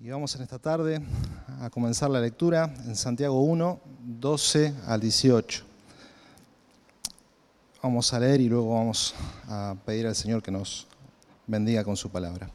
Y vamos en esta tarde a comenzar la lectura en Santiago 1, 12 al 18. Vamos a leer y luego vamos a pedir al Señor que nos bendiga con su palabra.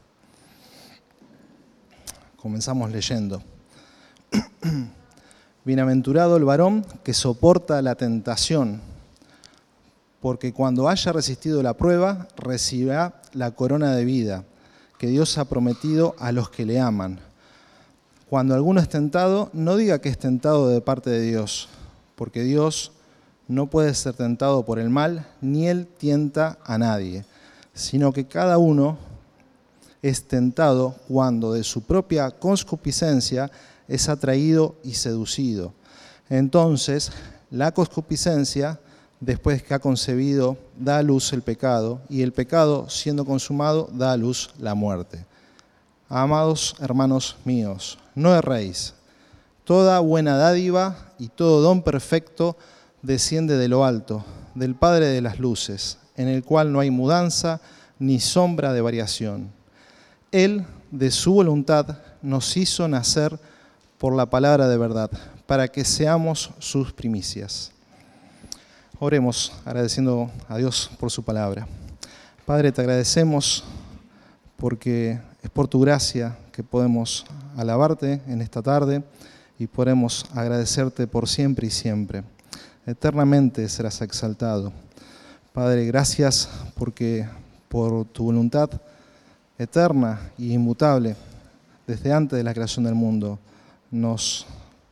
Comenzamos leyendo. Bienaventurado el varón que soporta la tentación, porque cuando haya resistido la prueba, recibirá la corona de vida que Dios ha prometido a los que le aman. Cuando alguno es tentado, no diga que es tentado de parte de Dios, porque Dios no puede ser tentado por el mal, ni Él tienta a nadie, sino que cada uno es tentado cuando de su propia concupiscencia es atraído y seducido. Entonces, la concupiscencia, después que ha concebido, da a luz el pecado, y el pecado, siendo consumado, da a luz la muerte. Amados hermanos míos, no erréis. Toda buena dádiva y todo don perfecto desciende de lo alto, del Padre de las luces, en el cual no hay mudanza ni sombra de variación. Él, de su voluntad, nos hizo nacer por la palabra de verdad, para que seamos sus primicias. Oremos agradeciendo a Dios por su palabra. Padre, te agradecemos porque es por tu gracia que podemos alabarte en esta tarde y podemos agradecerte por siempre y siempre. Eternamente serás exaltado. Padre, gracias porque por tu voluntad eterna y inmutable, desde antes de la creación del mundo, nos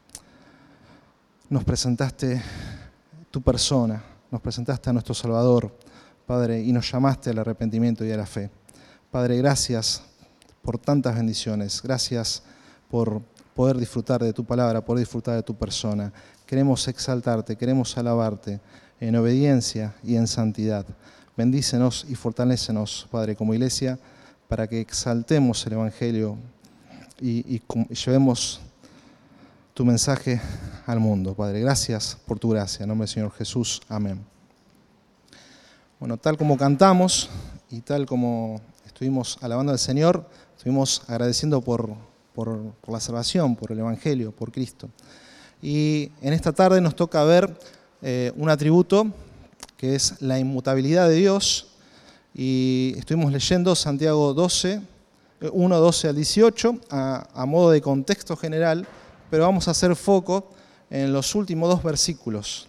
presentaste tu persona, nos presentaste a nuestro Salvador, Padre, y nos llamaste al arrepentimiento y a la fe. Padre, gracias por tantas bendiciones, gracias por poder disfrutar de tu palabra, poder disfrutar de tu persona. Queremos exaltarte, queremos alabarte en obediencia y en santidad. Bendícenos y fortalécenos, Padre, como iglesia, para que exaltemos el Evangelio y llevemos tu mensaje al mundo. Padre, gracias por tu gracia. En nombre del Señor Jesús. Amén. Bueno, tal como cantamos y tal como estuvimos alabando al Señor, estuvimos agradeciendo por la salvación, por el Evangelio, por Cristo. Y en esta tarde nos toca ver un atributo que es la inmutabilidad de Dios. Y estuvimos leyendo Santiago 1, 12 al 18, a modo de contexto general, pero vamos a hacer foco en los últimos dos versículos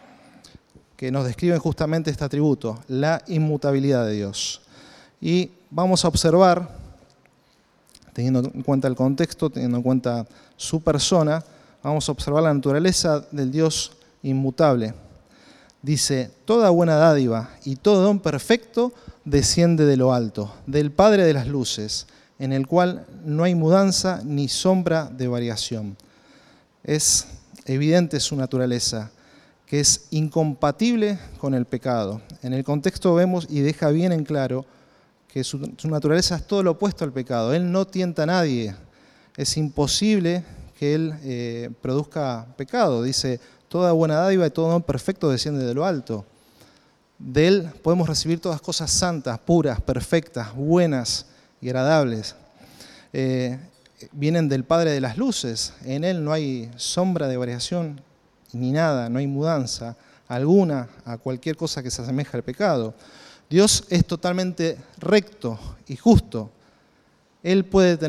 que nos describen justamente este atributo, la inmutabilidad de Dios. Y vamos a observar, teniendo en cuenta el contexto, teniendo en cuenta su persona, vamos a observar la naturaleza del Dios inmutable. Dice, toda buena dádiva y todo don perfecto desciende de lo alto, del Padre de las luces, en el cual no hay mudanza ni sombra de variación. Es evidente su naturaleza, que es incompatible con el pecado. En el contexto vemos y deja bien en claro que su naturaleza es todo lo opuesto al pecado. Él no tienta a nadie. Es imposible que Él produzca pecado. Dice, toda buena dádiva y todo don perfecto desciende de lo alto. De Él podemos recibir todas cosas santas, puras, perfectas, buenas y agradables. Vienen del Padre de las luces. En Él no hay sombra de variación ni nada, no hay mudanza alguna a cualquier cosa que se asemeje al pecado. Dios es totalmente recto y justo. Él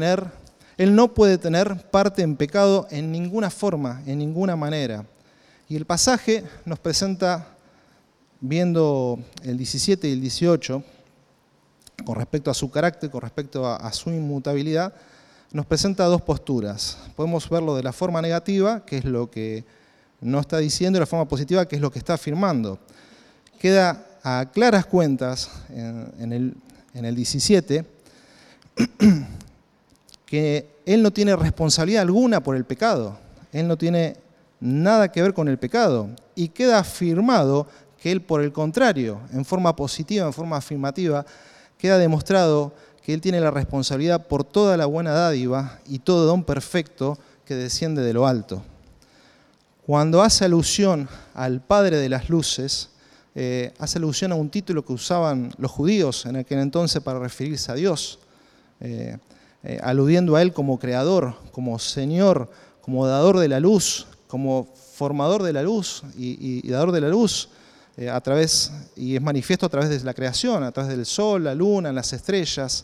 no puede tener parte en pecado en ninguna forma, en ninguna manera. Y el pasaje nos presenta, viendo el 17 y el 18, con respecto a su carácter, con respecto a su inmutabilidad, nos presenta dos posturas. Podemos verlo de la forma negativa, que es lo que no está diciendo, y la forma positiva, que es lo que está afirmando. Queda a claras cuentas en el 17 que Él no tiene responsabilidad alguna por el pecado. Él no tiene nada que ver con el pecado. Y queda afirmado que Él, por el contrario, en forma positiva, en forma afirmativa, queda demostrado que Él tiene la responsabilidad por toda la buena dádiva y todo don perfecto que desciende de lo alto. Cuando hace alusión al Padre de las luces, hace alusión a un título que usaban los judíos en aquel entonces para referirse a Dios. aludiendo a Él como creador, como Señor, como dador de la luz, como formador de la luz y dador de la luz, y es manifiesto a través de la creación, a través del sol, la luna, las estrellas.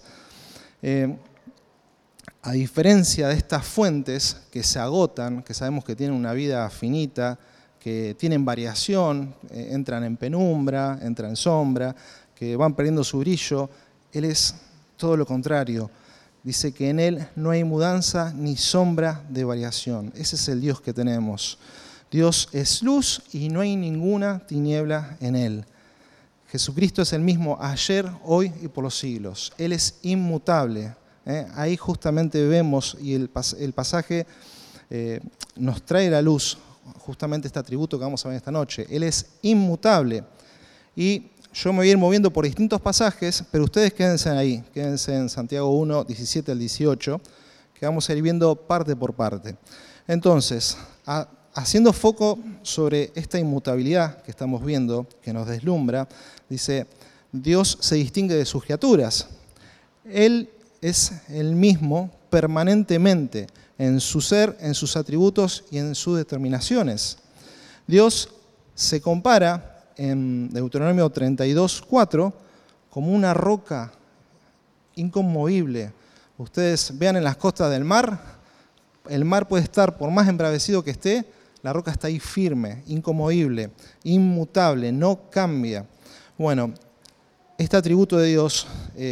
A diferencia de estas fuentes que se agotan, que sabemos que tienen una vida finita, que tienen variación, entran en penumbra, entran en sombra, que van perdiendo su brillo, Él es todo lo contrario. Dice que en Él no hay mudanza ni sombra de variación. Ese es el Dios que tenemos. Dios es luz y no hay ninguna tiniebla en Él. Jesucristo es el mismo ayer, hoy y por los siglos. Él es inmutable. Ahí justamente vemos, y el pasaje nos trae la luz, justamente este atributo que vamos a ver esta noche. Él es inmutable. Y yo me voy a ir moviendo por distintos pasajes, pero ustedes quédense ahí, quédense en Santiago 1, 17 al 18, que vamos a ir viendo parte por parte. Entonces, haciendo foco sobre esta inmutabilidad que estamos viendo, que nos deslumbra, dice, Dios se distingue de sus criaturas. Él es el mismo permanentemente en su ser, en sus atributos y en sus determinaciones. Dios se compara en Deuteronomio 32:4 como una roca inconmovible. Ustedes vean en las costas del mar, el mar puede estar, por más embravecido que esté, la roca está ahí firme, inconmovible, inmutable, no cambia. Bueno, este atributo de Dios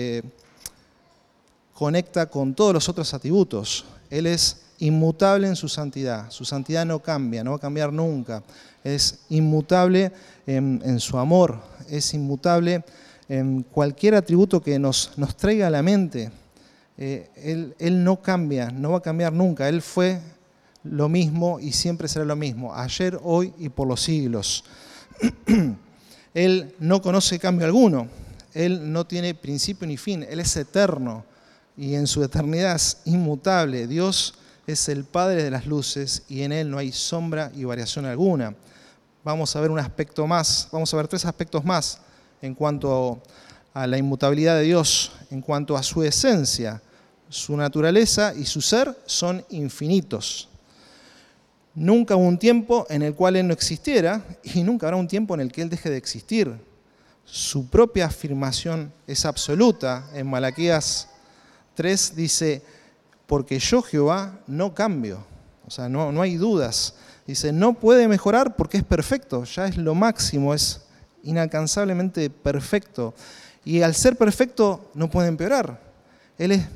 conecta con todos los otros atributos. Él es inmutable en su santidad no cambia, no va a cambiar nunca. Es inmutable en su amor, es inmutable en cualquier atributo que nos traiga a la mente. Él no cambia, no va a cambiar nunca. Él fue lo mismo y siempre será lo mismo, ayer, hoy y por los siglos. Él no conoce cambio alguno, Él no tiene principio ni fin, Él es eterno y en su eternidad es inmutable. Dios es el Padre de las luces y en Él no hay sombra y variación alguna. Vamos a ver un aspecto más, vamos a ver 3 aspectos más en cuanto a la inmutabilidad de Dios, en cuanto a su esencia. Su naturaleza y su ser son infinitos. Nunca hubo un tiempo en el cual Él no existiera y nunca habrá un tiempo en el que Él deje de existir. Su propia afirmación es absoluta. En Malaquías 3 dice, porque yo Jehová no cambio. O sea, no hay dudas. Dice, no puede mejorar porque es perfecto, ya es lo máximo, es inalcanzablemente perfecto. Y al ser perfecto no puede empeorar. Él es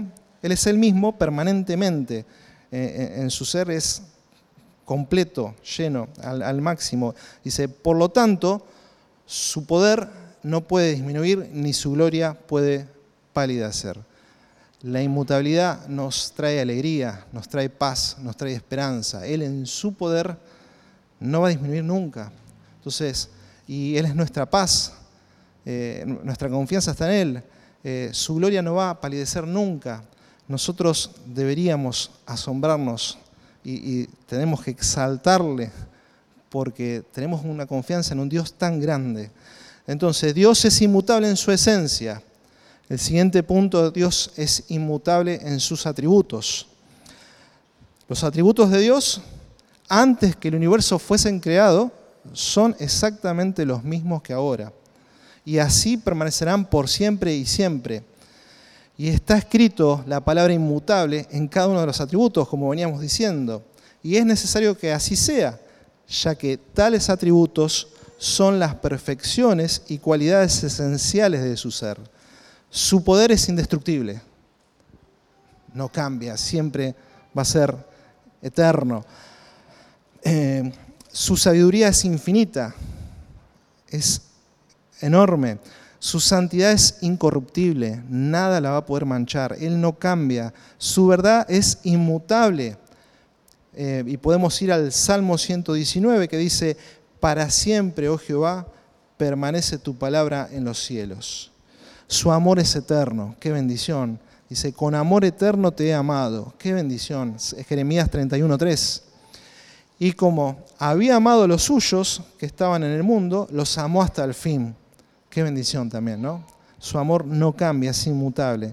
el mismo permanentemente. En su ser es completo, lleno, al máximo. Dice, por lo tanto, su poder no puede disminuir, ni su gloria puede palidecer. La inmutabilidad nos trae alegría, nos trae paz, nos trae esperanza. Él en su poder no va a disminuir nunca. Entonces, y Él es nuestra paz, nuestra confianza está en Él. Su gloria no va a palidecer nunca. Nosotros deberíamos asombrarnos y tenemos que exaltarle porque tenemos una confianza en un Dios tan grande. Entonces, Dios es inmutable en su esencia. El siguiente punto, Dios es inmutable en sus atributos. Los atributos de Dios, antes que el universo fuesen creado, son exactamente los mismos que ahora. Y así permanecerán por siempre y siempre. Y está escrito la palabra inmutable en cada uno de los atributos, como veníamos diciendo. Y es necesario que así sea, ya que tales atributos son las perfecciones y cualidades esenciales de su ser. Su poder es indestructible, no cambia, siempre va a ser eterno. Su sabiduría es infinita, es enorme. Su santidad es incorruptible, nada la va a poder manchar, Él no cambia. Su verdad es inmutable. Y podemos ir al Salmo 119 que dice, para siempre, oh Jehová, permanece tu palabra en los cielos. Su amor es eterno, qué bendición. Dice, con amor eterno te he amado, qué bendición. Jeremías 31:3. Y como había amado a los suyos que estaban en el mundo, los amó hasta el fin. Qué bendición también, ¿no? Su amor no cambia, es inmutable.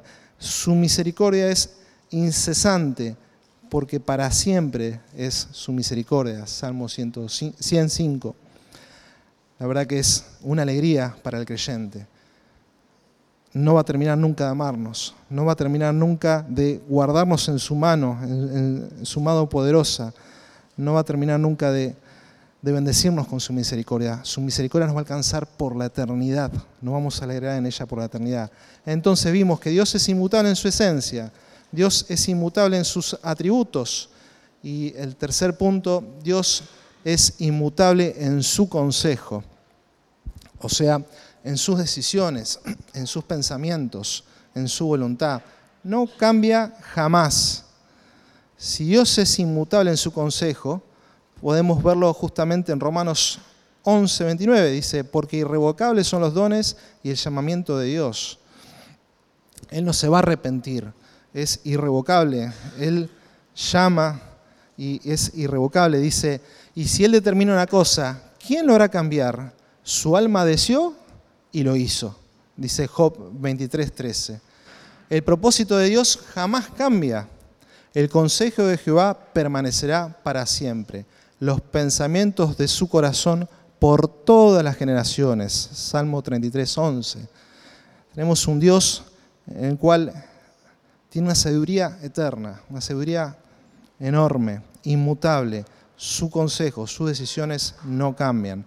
Su misericordia es incesante, porque para siempre es su misericordia. Salmo 105. La verdad que es una alegría para el creyente. No va a terminar nunca de amarnos, no va a terminar nunca de guardarnos en su mano, en su mano poderosa, no va a terminar nunca de bendecirnos con su misericordia. Su misericordia nos va a alcanzar por la eternidad, nos vamos a alegrar en ella por la eternidad. Entonces vimos que Dios es inmutable en su esencia, Dios es inmutable en sus atributos, y el tercer punto, Dios es inmutable en su consejo, o sea, en sus decisiones, en sus pensamientos, en su voluntad. No cambia jamás. Si Dios es inmutable en su consejo, podemos verlo justamente en Romanos 11:29. Dice, porque irrevocables son los dones y el llamamiento de Dios. Él no se va a arrepentir, es irrevocable. Él llama y es irrevocable. Dice, y si Él determina una cosa, ¿quién lo hará cambiar? Su alma deseó y lo hizo, dice Job 23:13. El propósito de Dios jamás cambia. El consejo de Jehová permanecerá para siempre. Los pensamientos de su corazón por todas las generaciones. Salmo 33:11. Tenemos un Dios en el cual tiene una sabiduría eterna, una sabiduría enorme, inmutable. Su consejo, sus decisiones no cambian.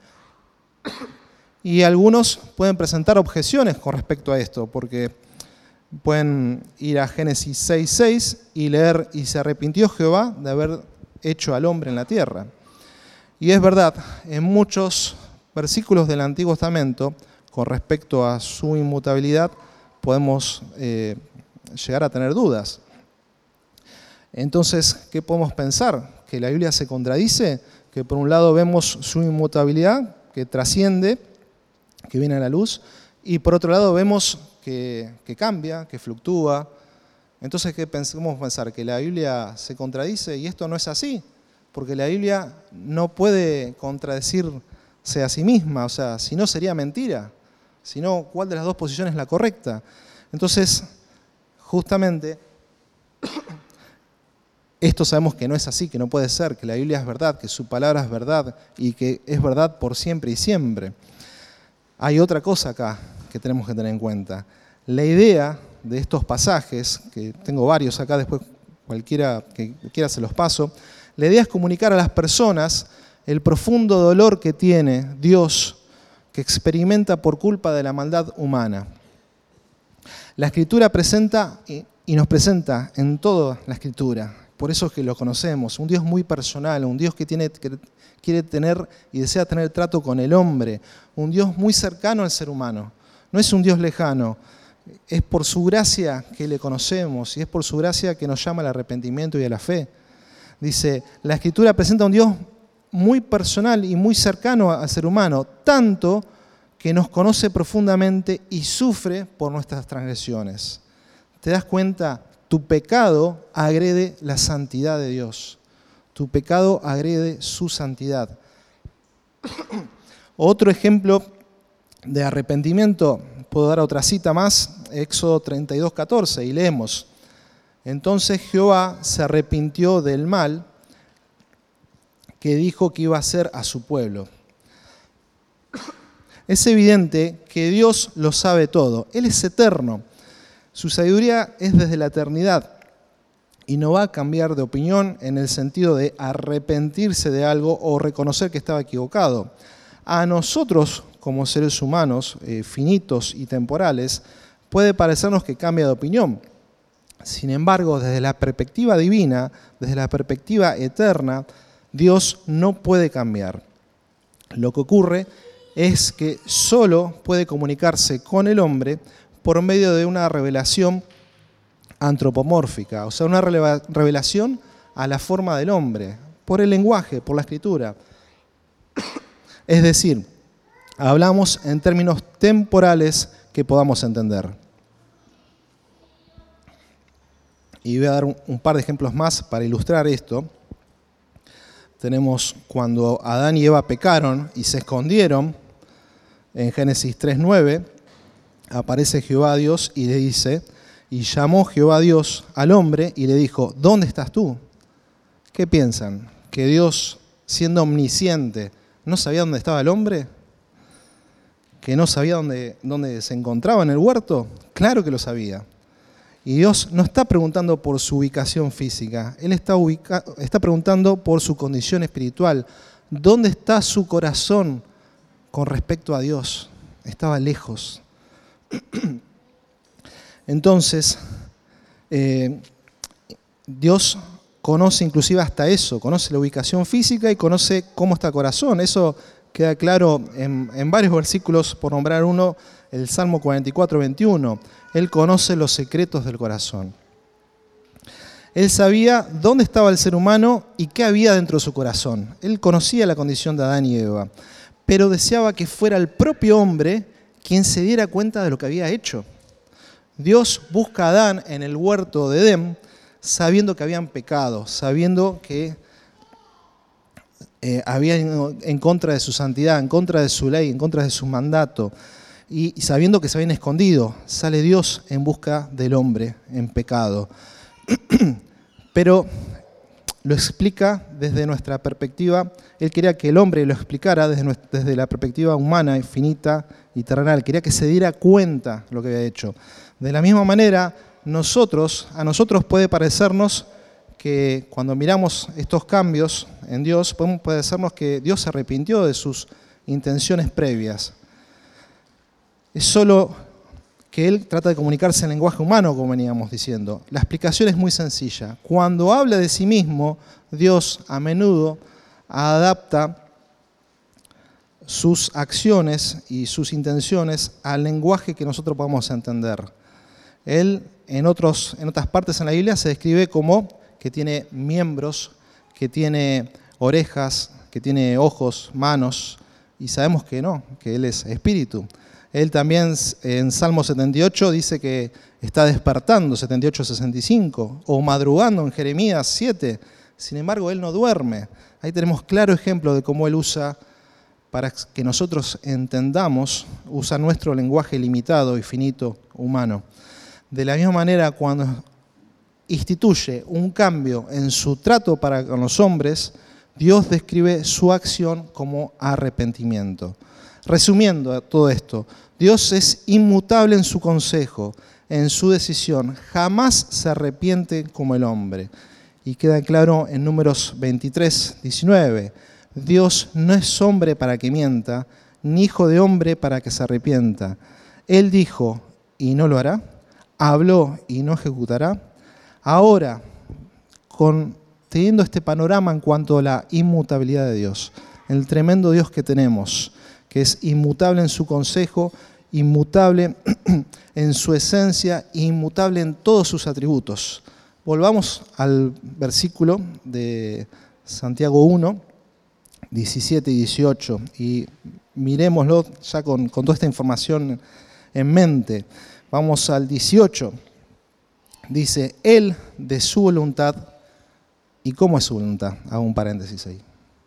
Y algunos pueden presentar objeciones con respecto a esto, porque pueden ir a Génesis 6:6 y leer, y se arrepintió Jehová de haber hecho al hombre en la tierra. Y es verdad, en muchos versículos del Antiguo Testamento, con respecto a su inmutabilidad, podemos llegar a tener dudas. Entonces, ¿qué podemos pensar? ¿Que la Biblia se contradice? Que por un lado vemos su inmutabilidad, que trasciende, que viene a la luz, y por otro lado vemos que cambia, que fluctúa. Entonces, ¿qué podemos pensar? ¿Que la Biblia se contradice? Y esto no es así, porque la Biblia no puede contradecirse a sí misma, o sea, si no sería mentira, si no, ¿cuál de las dos posiciones es la correcta? Entonces, justamente, esto sabemos que no es así, que no puede ser, que la Biblia es verdad, que su palabra es verdad y que es verdad por siempre y siempre. Hay otra cosa acá que tenemos que tener en cuenta. La idea de estos pasajes, que tengo varios acá, después cualquiera que quiera se los paso, la idea es comunicar a las personas el profundo dolor que tiene Dios, que experimenta por culpa de la maldad humana. La Escritura presenta y nos presenta en toda la Escritura, por eso es que lo conocemos, un Dios muy personal, un Dios que quiere tener y desea tener trato con el hombre, un Dios muy cercano al ser humano. No es un Dios lejano, es por su gracia que le conocemos y es por su gracia que nos llama al arrepentimiento y a la fe. Dice, la Escritura presenta un Dios muy personal y muy cercano al ser humano, tanto que nos conoce profundamente y sufre por nuestras transgresiones. ¿Te das cuenta? Tu pecado agrede la santidad de Dios. Tu pecado agrede su santidad. Otro ejemplo de arrepentimiento, puedo dar otra cita más, Éxodo 32:14, y leemos. Entonces Jehová se arrepintió del mal que dijo que iba a hacer a su pueblo. Es evidente que Dios lo sabe todo. Él es eterno. Su sabiduría es desde la eternidad y no va a cambiar de opinión en el sentido de arrepentirse de algo o reconocer que estaba equivocado. A nosotros, como seres humanos finitos y temporales, puede parecernos que cambia de opinión. Sin embargo, desde la perspectiva divina, desde la perspectiva eterna, Dios no puede cambiar. Lo que ocurre es que solo puede comunicarse con el hombre por medio de una revelación antropomórfica, o sea, una revelación a la forma del hombre, por el lenguaje, por la escritura. Es decir, hablamos en términos temporales que podamos entender. Y voy a dar un par de ejemplos más para ilustrar esto. Tenemos cuando Adán y Eva pecaron y se escondieron, en Génesis 3:9, aparece Jehová Dios y le dice, Y llamó Jehová Dios al hombre y le dijo, ¿dónde estás tú? ¿Qué piensan? ¿Que Dios, siendo omnisciente, no sabía dónde estaba el hombre? ¿Que no sabía dónde se encontraba en el huerto? Claro que lo sabía. Y Dios no está preguntando por su ubicación física, Él está preguntando por su condición espiritual. ¿Dónde está su corazón con respecto a Dios? Estaba lejos. Entonces, Dios conoce inclusive hasta eso, conoce la ubicación física y conoce cómo está el corazón. Eso queda claro en varios versículos, por nombrar uno, el Salmo 44, 21. Él conoce los secretos del corazón. Él sabía dónde estaba el ser humano y qué había dentro de su corazón. Él conocía la condición de Adán y Eva, pero deseaba que fuera el propio hombre quien se diera cuenta de lo que había hecho. Dios busca a Adán en el huerto de Edén sabiendo que habían pecado, sabiendo que habían en contra de su santidad, en contra de su ley, en contra de su mandato, y sabiendo que se habían escondido. Sale Dios en busca del hombre en pecado. Pero lo explica desde nuestra perspectiva. Él quería que el hombre lo explicara desde la perspectiva humana, finita y terrenal. Quería que se diera cuenta de lo que había hecho. De la misma manera, a nosotros puede parecernos que cuando miramos estos cambios en Dios, puede parecernos que Dios se arrepintió de sus intenciones previas. Es solo que Él trata de comunicarse en lenguaje humano, como veníamos diciendo. La explicación es muy sencilla. Cuando habla de sí mismo, Dios a menudo adapta sus acciones y sus intenciones al lenguaje que nosotros podamos entender. Él, en otras partes en la Biblia, se describe como que tiene miembros, que tiene orejas, que tiene ojos, manos, y sabemos que no, que Él es espíritu. Él también en Salmo 78 dice que está despertando, 78-65, o madrugando en Jeremías 7. Sin embargo, Él no duerme. Ahí tenemos claro ejemplo de cómo Él usa, para que nosotros entendamos, usa nuestro lenguaje limitado y finito humano. De la misma manera, cuando instituye un cambio en su trato para con los hombres, Dios describe su acción como arrepentimiento. Resumiendo todo esto, Dios es inmutable en su consejo, en su decisión, jamás se arrepiente como el hombre. Y queda claro en Números 23, 19, Dios no es hombre para que mienta, ni hijo de hombre para que se arrepienta. Él dijo, y no lo hará, habló y no ejecutará. Ahora, teniendo este panorama en cuanto a la inmutabilidad de Dios, el tremendo Dios que tenemos, que es inmutable en su consejo, inmutable en su esencia, inmutable en todos sus atributos. Volvamos al versículo de Santiago 1, 17 y 18, y miremoslo ya con toda esta información en mente. Vamos al 18. Dice, Él de su voluntad, ¿y cómo es su voluntad? Hago un paréntesis ahí.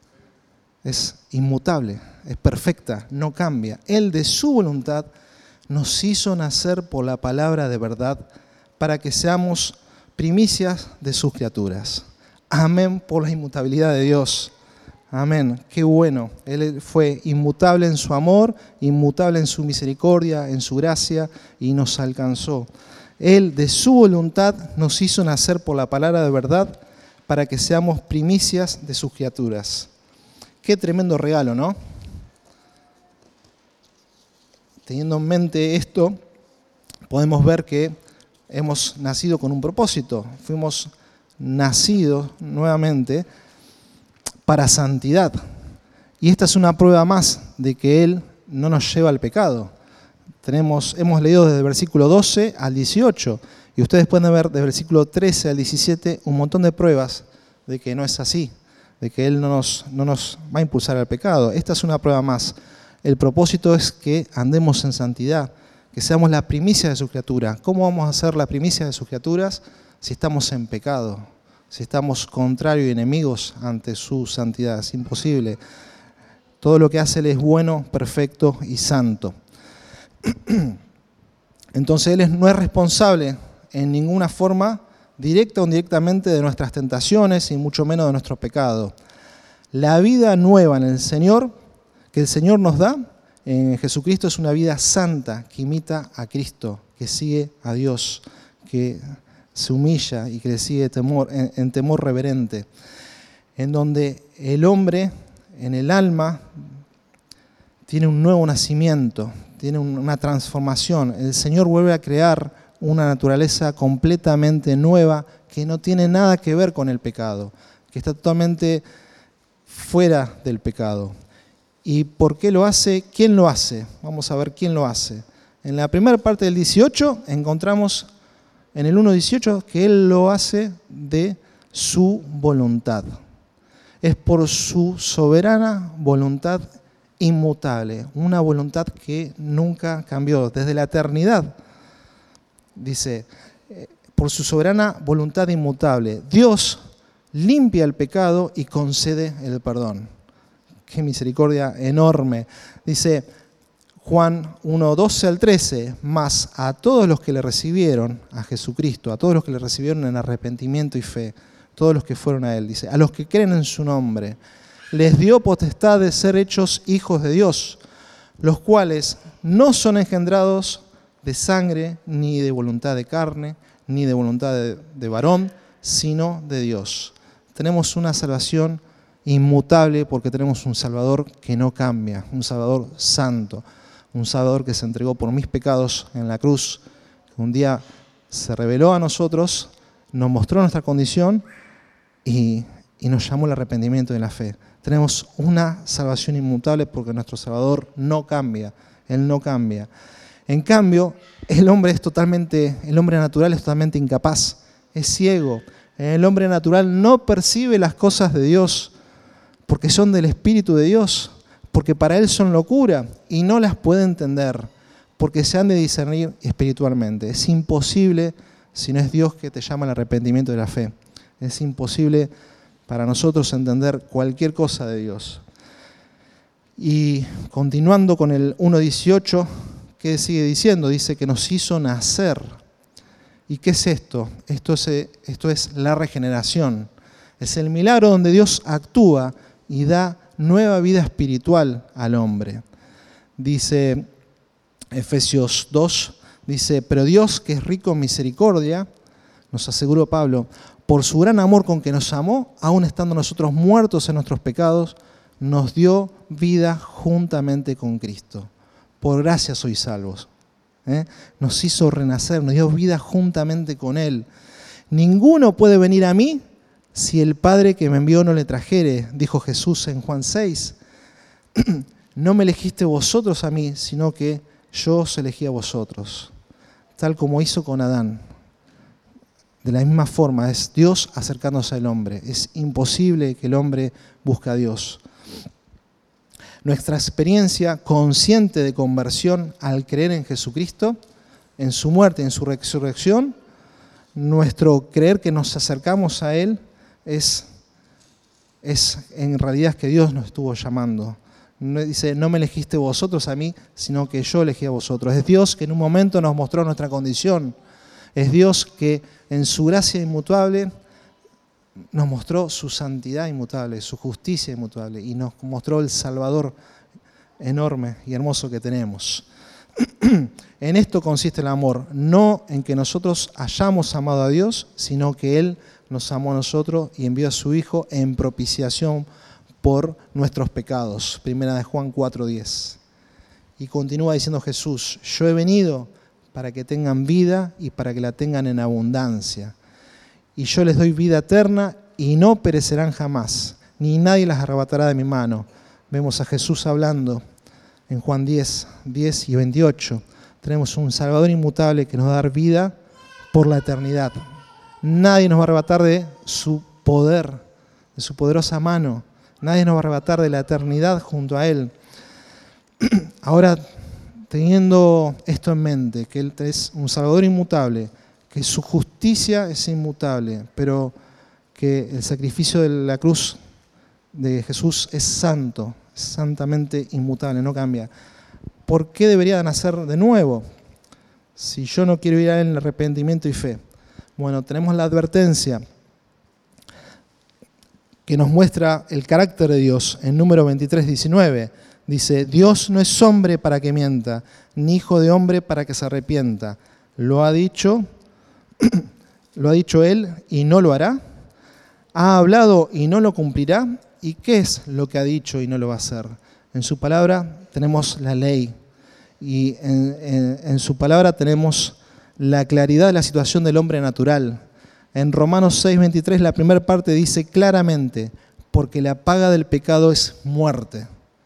Es inmutable, es perfecta, no cambia. Él de su voluntad nos hizo nacer por la palabra de verdad para que seamos primicias de sus criaturas. Amén por la inmutabilidad de Dios. Amén, qué bueno. Él fue inmutable en su amor, inmutable en su misericordia, en su gracia y nos alcanzó. Él de su voluntad nos hizo nacer por la palabra de verdad para que seamos primicias de sus criaturas. Qué tremendo regalo, ¿no? Teniendo en mente esto, podemos ver que hemos nacido con un propósito. Fuimos nacidos nuevamente para santidad. Y esta es una prueba más de que Él no nos lleva al pecado. Hemos leído desde el versículo 12 al 18, y ustedes pueden ver desde el versículo 13 al 17 un montón de pruebas de que no es así, de que Él no nos va a impulsar al pecado. Esta es una prueba más. El propósito es que andemos en santidad, que seamos la primicia de su criatura. ¿Cómo vamos a ser la primicia de sus criaturas si estamos en pecado? Si estamos contrarios y enemigos ante su santidad. Es imposible. Todo lo que hace Él es bueno, perfecto y santo. Entonces Él no es responsable en ninguna forma, directa o indirectamente, de nuestras tentaciones y mucho menos de nuestro pecado. La vida nueva en el Señor, que el Señor nos da en Jesucristo, es una vida santa que imita a Cristo, que sigue a Dios, que se humilla y que le sigue en temor reverente, en donde el hombre en el alma tiene un nuevo nacimiento, tiene una transformación. El Señor vuelve a crear una naturaleza completamente nueva que no tiene nada que ver con el pecado, que está totalmente fuera del pecado. ¿Y por qué lo hace? ¿Quién lo hace? Vamos a ver quién lo hace. En la primera parte del 18 encontramos en el 1.18 que Él lo hace de su voluntad. Es por su soberana voluntad inmutable, una voluntad que nunca cambió desde la eternidad. Dice, por su soberana voluntad inmutable, Dios limpia el pecado y concede el perdón. Qué misericordia enorme. Dice Juan 1:12 al 13, mas a todos los que le recibieron, a Jesucristo, a todos los que le recibieron en arrepentimiento y fe, todos los que fueron a Él, dice, a los que creen en su nombre, les dio potestad de ser hechos hijos de Dios, los cuales no son engendrados de sangre, ni de voluntad de carne, ni de voluntad de varón, sino de Dios. Tenemos una salvación inmutable porque tenemos un Salvador que no cambia, un Salvador santo, un Salvador que se entregó por mis pecados en la cruz, que un día se reveló a nosotros, nos mostró nuestra condición y nos llamó al arrepentimiento y la fe. Tenemos una salvación inmutable porque nuestro Salvador no cambia, Él no cambia. En cambio, el hombre natural es totalmente incapaz, es ciego. El hombre natural no percibe las cosas de Dios porque son del Espíritu de Dios, porque para él son locura y no las puede entender, porque se han de discernir espiritualmente. Es imposible si no es Dios que te llama al arrepentimiento de la fe. Es imposible para nosotros entender cualquier cosa de Dios. Y continuando con el 1.18, ¿qué sigue diciendo? Dice que nos hizo nacer. ¿Y qué es esto? Esto es la regeneración. Es el milagro donde Dios actúa y da nueva vida espiritual al hombre. Dice Efesios 2, dice, pero Dios, que es rico en misericordia, nos aseguró Pablo, por su gran amor con que nos amó, aun estando nosotros muertos en nuestros pecados, nos dio vida juntamente con Cristo. Por gracia sois salvos. Nos hizo renacer, nos dio vida juntamente con Él. Ninguno puede venir a mí si el Padre que me envió no le trajere, dijo Jesús en Juan 6. No me elegiste vosotros a mí, sino que yo os elegí a vosotros, tal como hizo con Adán. De la misma forma, es Dios acercándose al hombre. Es imposible que el hombre busque a Dios. Nuestra experiencia consciente de conversión al creer en Jesucristo, en su muerte, en su resurrección, nuestro creer que nos acercamos a Él es en realidad que Dios nos estuvo llamando. Dice, no me elegiste vosotros a mí, sino que yo elegí a vosotros. Es Dios que en un momento nos mostró nuestra condición. Es Dios que en su gracia inmutable nos mostró su santidad inmutable, su justicia inmutable y nos mostró el Salvador enorme y hermoso que tenemos. En esto consiste el amor, no en que nosotros hayamos amado a Dios, sino que Él nos amó a nosotros y envió a su Hijo en propiciación por nuestros pecados. Primera de Juan 4:10. Y continúa diciendo Jesús, yo he venido para que tengan vida y para que la tengan en abundancia. Y yo les doy vida eterna y no perecerán jamás, ni nadie las arrebatará de mi mano. Vemos a Jesús hablando en Juan 10 y 28. Tenemos un Salvador inmutable que nos va a dar vida por la eternidad. Nadie nos va a arrebatar de su poder, de su poderosa mano. Nadie nos va a arrebatar de la eternidad junto a Él. Ahora, teniendo esto en mente, que Él es un Salvador inmutable, que su justicia es inmutable, pero que el sacrificio de la cruz de Jesús es santo, es santamente inmutable, no cambia. ¿Por qué debería nacer de nuevo? Si yo no quiero ir a Él en arrepentimiento y fe. Bueno, tenemos la advertencia que nos muestra el carácter de Dios en Número 23:19. Dice, Dios no es hombre para que mienta, ni hijo de hombre para que se arrepienta. Lo ha dicho Él y no lo hará. Ha hablado y no lo cumplirá. ¿Y qué es lo que ha dicho y no lo va a hacer? En su palabra tenemos la ley y en su palabra tenemos la claridad de la situación del hombre natural. En Romanos 6:23 la primera parte dice claramente, porque la paga del pecado es muerte.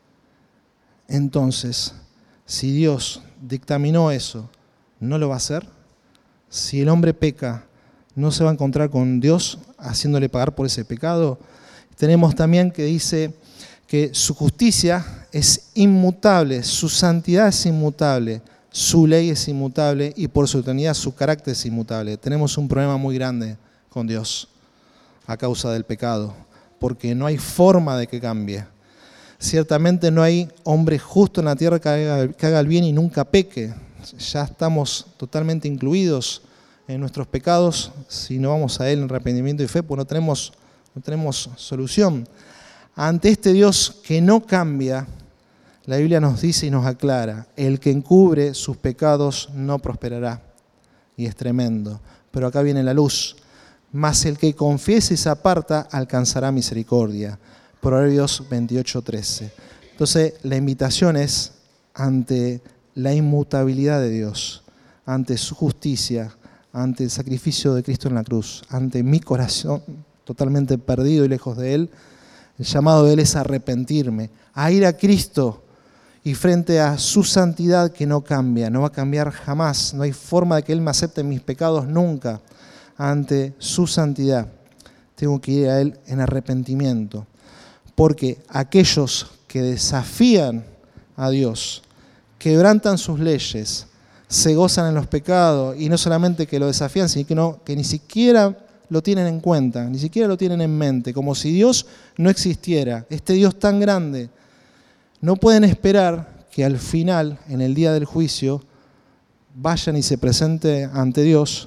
Entonces, si Dios dictaminó eso, ¿no lo va a hacer? Si el hombre peca, ¿no se va a encontrar con Dios haciéndole pagar por ese pecado? Tenemos también que dice que su justicia es inmutable, su santidad es inmutable, su ley es inmutable y por su eternidad su carácter es inmutable. Tenemos un problema muy grande con Dios a causa del pecado, porque no hay forma de que cambie. Ciertamente no hay hombre justo en la tierra que haga el bien y nunca peque. Ya estamos totalmente incluidos en nuestros pecados si no vamos a Él en arrepentimiento y fe, pues no tenemos solución. Ante este Dios que no cambia, la Biblia nos dice y nos aclara, el que encubre sus pecados no prosperará. Y es tremendo. Pero acá viene la luz. Mas el que confiese y se aparta alcanzará misericordia. Proverbios 28:13. Entonces la invitación es ante la inmutabilidad de Dios, ante su justicia, ante el sacrificio de Cristo en la cruz, ante mi corazón totalmente perdido y lejos de Él, el llamado de Él es arrepentirme, a ir a Cristo y frente a su santidad que no cambia, no va a cambiar jamás, no hay forma de que Él me acepte mis pecados nunca. Ante su santidad tengo que ir a Él en arrepentimiento, porque aquellos que desafían a Dios, quebrantan sus leyes, se gozan en los pecados y no solamente que lo desafían, sino que ni siquiera lo tienen en cuenta, ni siquiera lo tienen en mente, como si Dios no existiera. Este Dios tan grande, no pueden esperar que al final, en el día del juicio, vayan y se presenten ante Dios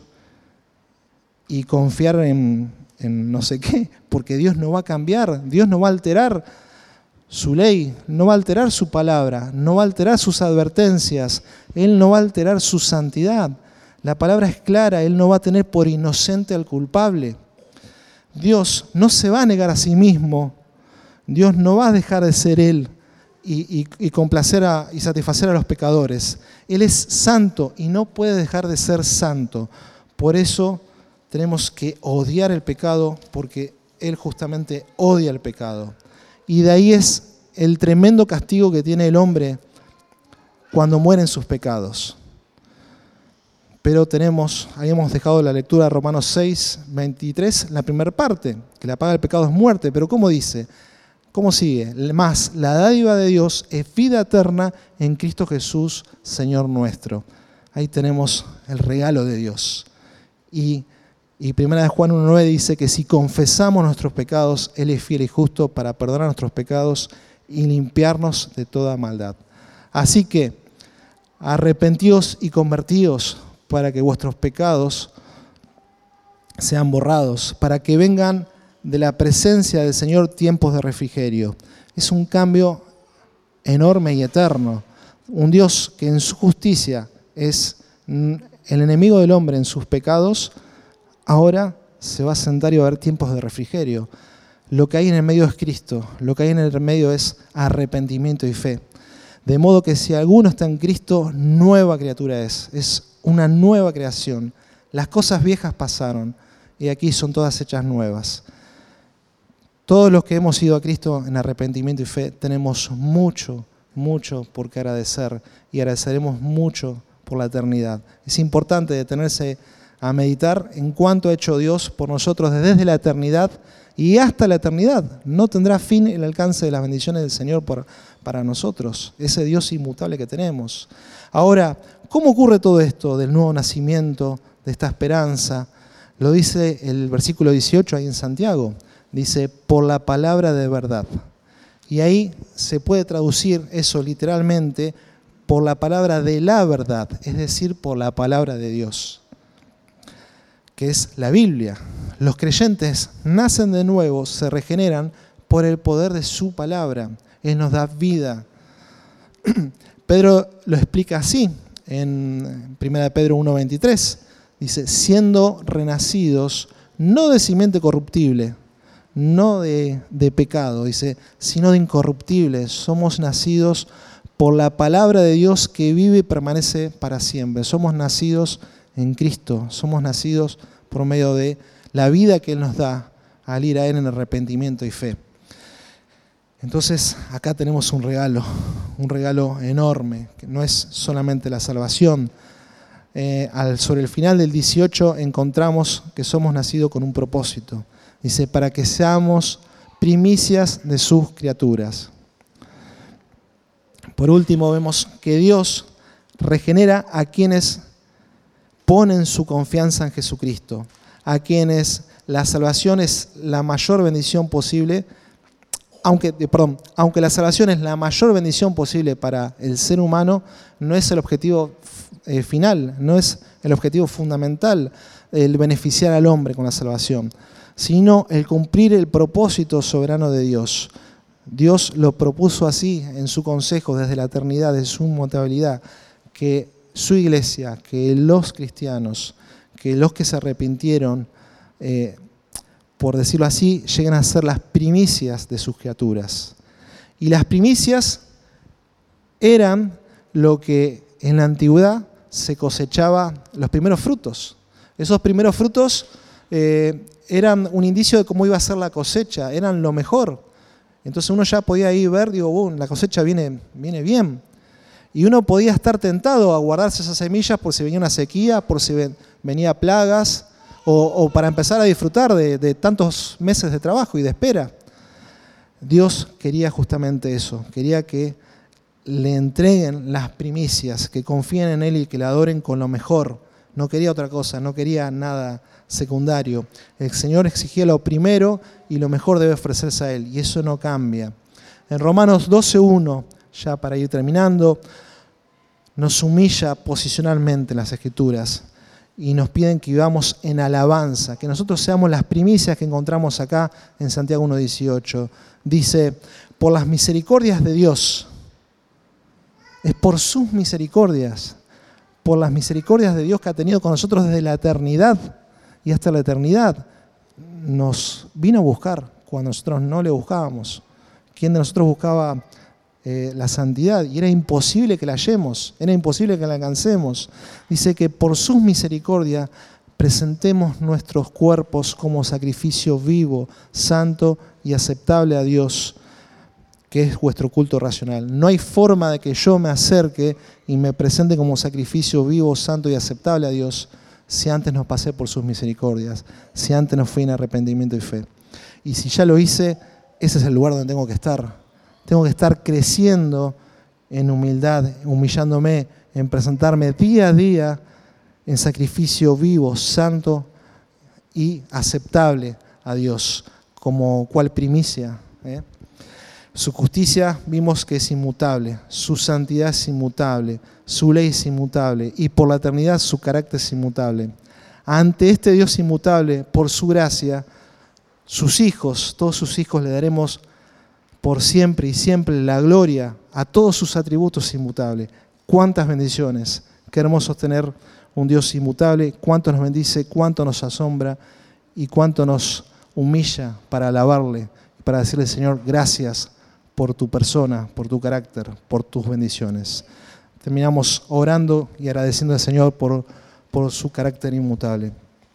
y confiar en no sé qué, porque Dios no va a cambiar, Dios no va a alterar su ley, no va a alterar su palabra, no va a alterar sus advertencias, Él no va a alterar su santidad. La palabra es clara, Él no va a tener por inocente al culpable. Dios no se va a negar a sí mismo, Dios no va a dejar de ser Él y complacer y satisfacer a los pecadores. Él es santo y no puede dejar de ser santo. Por eso tenemos que odiar el pecado, porque Él justamente odia el pecado. Y de ahí es el tremendo castigo que tiene el hombre cuando muere en sus pecados. Pero habíamos dejado la lectura de Romanos 6:23, la primera parte, que la paga del pecado es muerte. Pero ¿cómo dice? ¿Cómo sigue? Más, la dádiva de Dios es vida eterna en Cristo Jesús, Señor nuestro. Ahí tenemos el regalo de Dios. Y 1 Juan 1:9 dice que si confesamos nuestros pecados, Él es fiel y justo para perdonar nuestros pecados y limpiarnos de toda maldad. Así que arrepentíos y convertíos para que vuestros pecados sean borrados, para que vengan de la presencia del Señor tiempos de refrigerio. Es un cambio enorme y eterno. Un Dios que en su justicia es el enemigo del hombre en sus pecados, ahora se va a sentar y va a haber tiempos de refrigerio. Lo que hay en el medio es Cristo, lo que hay en el medio es arrepentimiento y fe. De modo que si alguno está en Cristo, nueva criatura es una nueva creación. Las cosas viejas pasaron y aquí son todas hechas nuevas. Todos los que hemos ido a Cristo en arrepentimiento y fe tenemos mucho por qué agradecer y agradeceremos mucho por la eternidad. Es importante detenerse a meditar en cuánto ha hecho Dios por nosotros desde la eternidad y hasta la eternidad. No tendrá fin el alcance de las bendiciones del Señor para nosotros, ese Dios inmutable que tenemos. Ahora, ¿cómo ocurre todo esto del nuevo nacimiento, de esta esperanza? Lo dice el versículo 18 ahí en Santiago. Dice, por la palabra de verdad. Y ahí se puede traducir eso literalmente por la palabra de la verdad, es decir, por la palabra de Dios, que es la Biblia. Los creyentes nacen de nuevo, se regeneran por el poder de su palabra. Él nos da vida. Pedro lo explica así en 1 Pedro 1:23. Dice, siendo renacidos, no de simiente corruptible, no de pecado, dice, sino de incorruptible. Somos nacidos por la palabra de Dios que vive y permanece para siempre. Somos nacidos en Cristo, somos nacidos por medio de la vida que Él nos da al ir a Él en arrepentimiento y fe. Entonces acá tenemos un regalo enorme, que no es solamente la salvación. Sobre el final del 18 encontramos que somos nacidos con un propósito. Dice, para que seamos primicias de sus criaturas. Por último, vemos que Dios regenera a quienes ponen su confianza en Jesucristo, a quienes la salvación es la mayor bendición posible, aunque la salvación es la mayor bendición posible para el ser humano, no es el objetivo final, no es el objetivo fundamental el beneficiar al hombre con la salvación, sino el cumplir el propósito soberano de Dios. Dios lo propuso así en su consejo desde la eternidad, desde su inmutabilidad, que su iglesia, que los cristianos, que los que se arrepintieron, por decirlo así, lleguen a ser las primicias de sus criaturas. Y las primicias eran lo que en la antigüedad se cosechaba, los primeros frutos. Esos primeros frutos eran un indicio de cómo iba a ser la cosecha, eran lo mejor. Entonces uno ya podía ahí ver, la cosecha viene bien. Y uno podía estar tentado a guardarse esas semillas por si venía una sequía, por si venía plagas, o para empezar a disfrutar de tantos meses de trabajo y de espera. Dios quería justamente eso, quería que le entreguen las primicias, que confíen en Él y que le adoren con lo mejor. No quería otra cosa, no quería nada secundario. El Señor exigía lo primero y lo mejor debe ofrecerse a Él, y eso no cambia. En Romanos 12:1, ya para ir terminando, nos humilla posicionalmente las Escrituras y nos piden que vivamos en alabanza, que nosotros seamos las primicias que encontramos acá en Santiago 1:18. Dice, por las misericordias de Dios, es por sus misericordias, por las misericordias de Dios que ha tenido con nosotros desde la eternidad y hasta la eternidad, nos vino a buscar cuando nosotros no le buscábamos. ¿Quién de nosotros buscaba la santidad? Y era imposible que la hallemos, era imposible que la alcancemos. Dice que por sus misericordias presentemos nuestros cuerpos como sacrificio vivo, santo y aceptable a Dios, que es vuestro culto racional. No hay forma de que yo me acerque y me presente como sacrificio vivo, santo y aceptable a Dios si antes no pasé por sus misericordias, si antes no fui en arrepentimiento y fe. Y si ya lo hice, ese es el lugar donde tengo que estar. Tengo que estar creciendo en humildad, humillándome, en presentarme día a día en sacrificio vivo, santo y aceptable a Dios, como cual primicia. Su justicia vimos que es inmutable, su santidad es inmutable, su ley es inmutable y por la eternidad su carácter es inmutable. Ante este Dios inmutable, por su gracia, sus hijos, todos sus hijos le daremos por siempre y siempre la gloria a todos sus atributos inmutables. Cuántas bendiciones, qué hermoso tener un Dios inmutable, cuánto nos bendice, cuánto nos asombra y cuánto nos humilla para alabarle, para decirle, Señor, gracias por tu persona, por tu carácter, por tus bendiciones. Terminamos orando y agradeciendo al Señor por su carácter inmutable.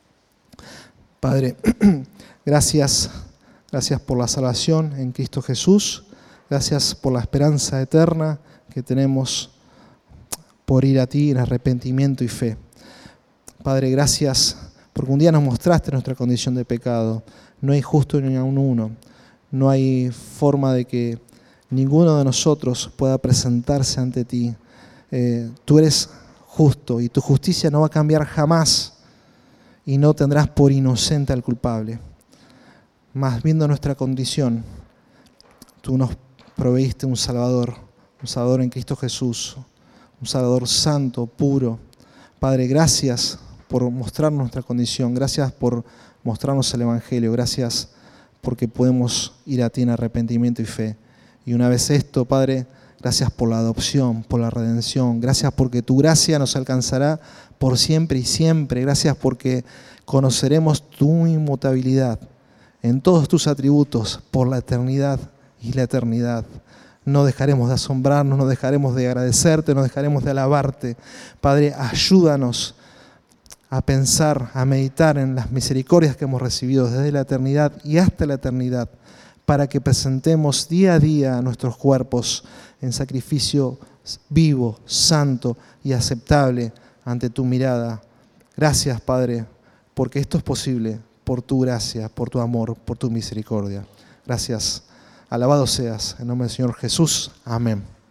Padre, gracias por la salvación en Cristo Jesús. Gracias por la esperanza eterna que tenemos por ir a ti en arrepentimiento y fe. Padre, gracias porque un día nos mostraste nuestra condición de pecado. No hay justo ni aun uno. No hay forma de que ninguno de nosotros pueda presentarse ante ti. Tú eres justo y tu justicia no va a cambiar jamás y no tendrás por inocente al culpable. Mas viendo nuestra condición, tú nos proveíste un Salvador en Cristo Jesús, un Salvador santo, puro. Padre, gracias por mostrarnos nuestra condición, gracias por mostrarnos el Evangelio, gracias porque podemos ir a ti en arrepentimiento y fe. Y una vez esto, Padre, gracias por la adopción, por la redención, gracias porque tu gracia nos alcanzará por siempre y siempre, gracias porque conoceremos tu inmutabilidad en todos tus atributos por la eternidad y la eternidad. No dejaremos de asombrarnos, no dejaremos de agradecerte, no dejaremos de alabarte. Padre, ayúdanos a pensar, a meditar en las misericordias que hemos recibido desde la eternidad y hasta la eternidad, para que presentemos día a día nuestros cuerpos en sacrificio vivo, santo y aceptable ante tu mirada. Gracias, Padre, porque esto es posible por tu gracia, por tu amor, por tu misericordia. Gracias. Alabado seas. En nombre del Señor Jesús. Amén.